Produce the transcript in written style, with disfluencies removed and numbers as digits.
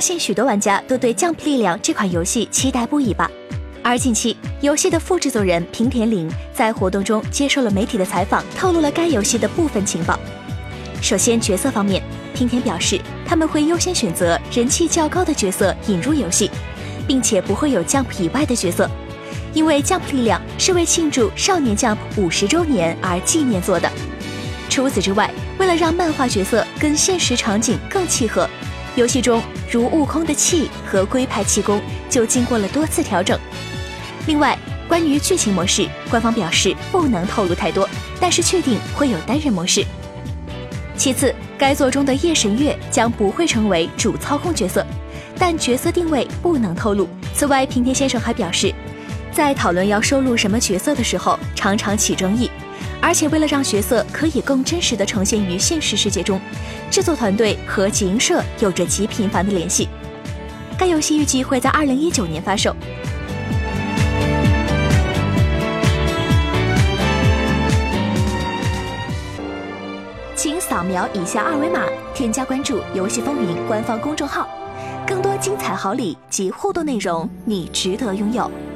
信许多玩家都对《Jump 力量》这款游戏期待不已吧。而近期，游戏的副制作人平田绫在活动中接受了媒体的采访，透露了该游戏的部分情报。首先，角色方面，平田表示他们会优先选择人气较高的角色引入游戏，并且不会有 Jump 以外的角色，因为 Jump 力量是为庆祝少年 Jump 50周年而纪念做的。除此之外，为了让漫画角色跟现实场景更契合，游戏中如悟空的气和龟派气功就经过了多次调整。另外，关于剧情模式，官方表示不能透露太多，但是确定会有单人模式。其次，该作中的夜神月将不会成为主操控角色，但角色定位不能透露。此外，平田先生还表示，在讨论要收录什么角色的时候，常常起争议，而且为了让角色可以更真实地呈现于现实世界中，制作团队和集英社有着极频繁的联系。该游戏预计会在2019年发售。请扫描以下二维码，添加关注“游戏风云”官方公众号，更多精彩好礼及互动内容，你值得拥有。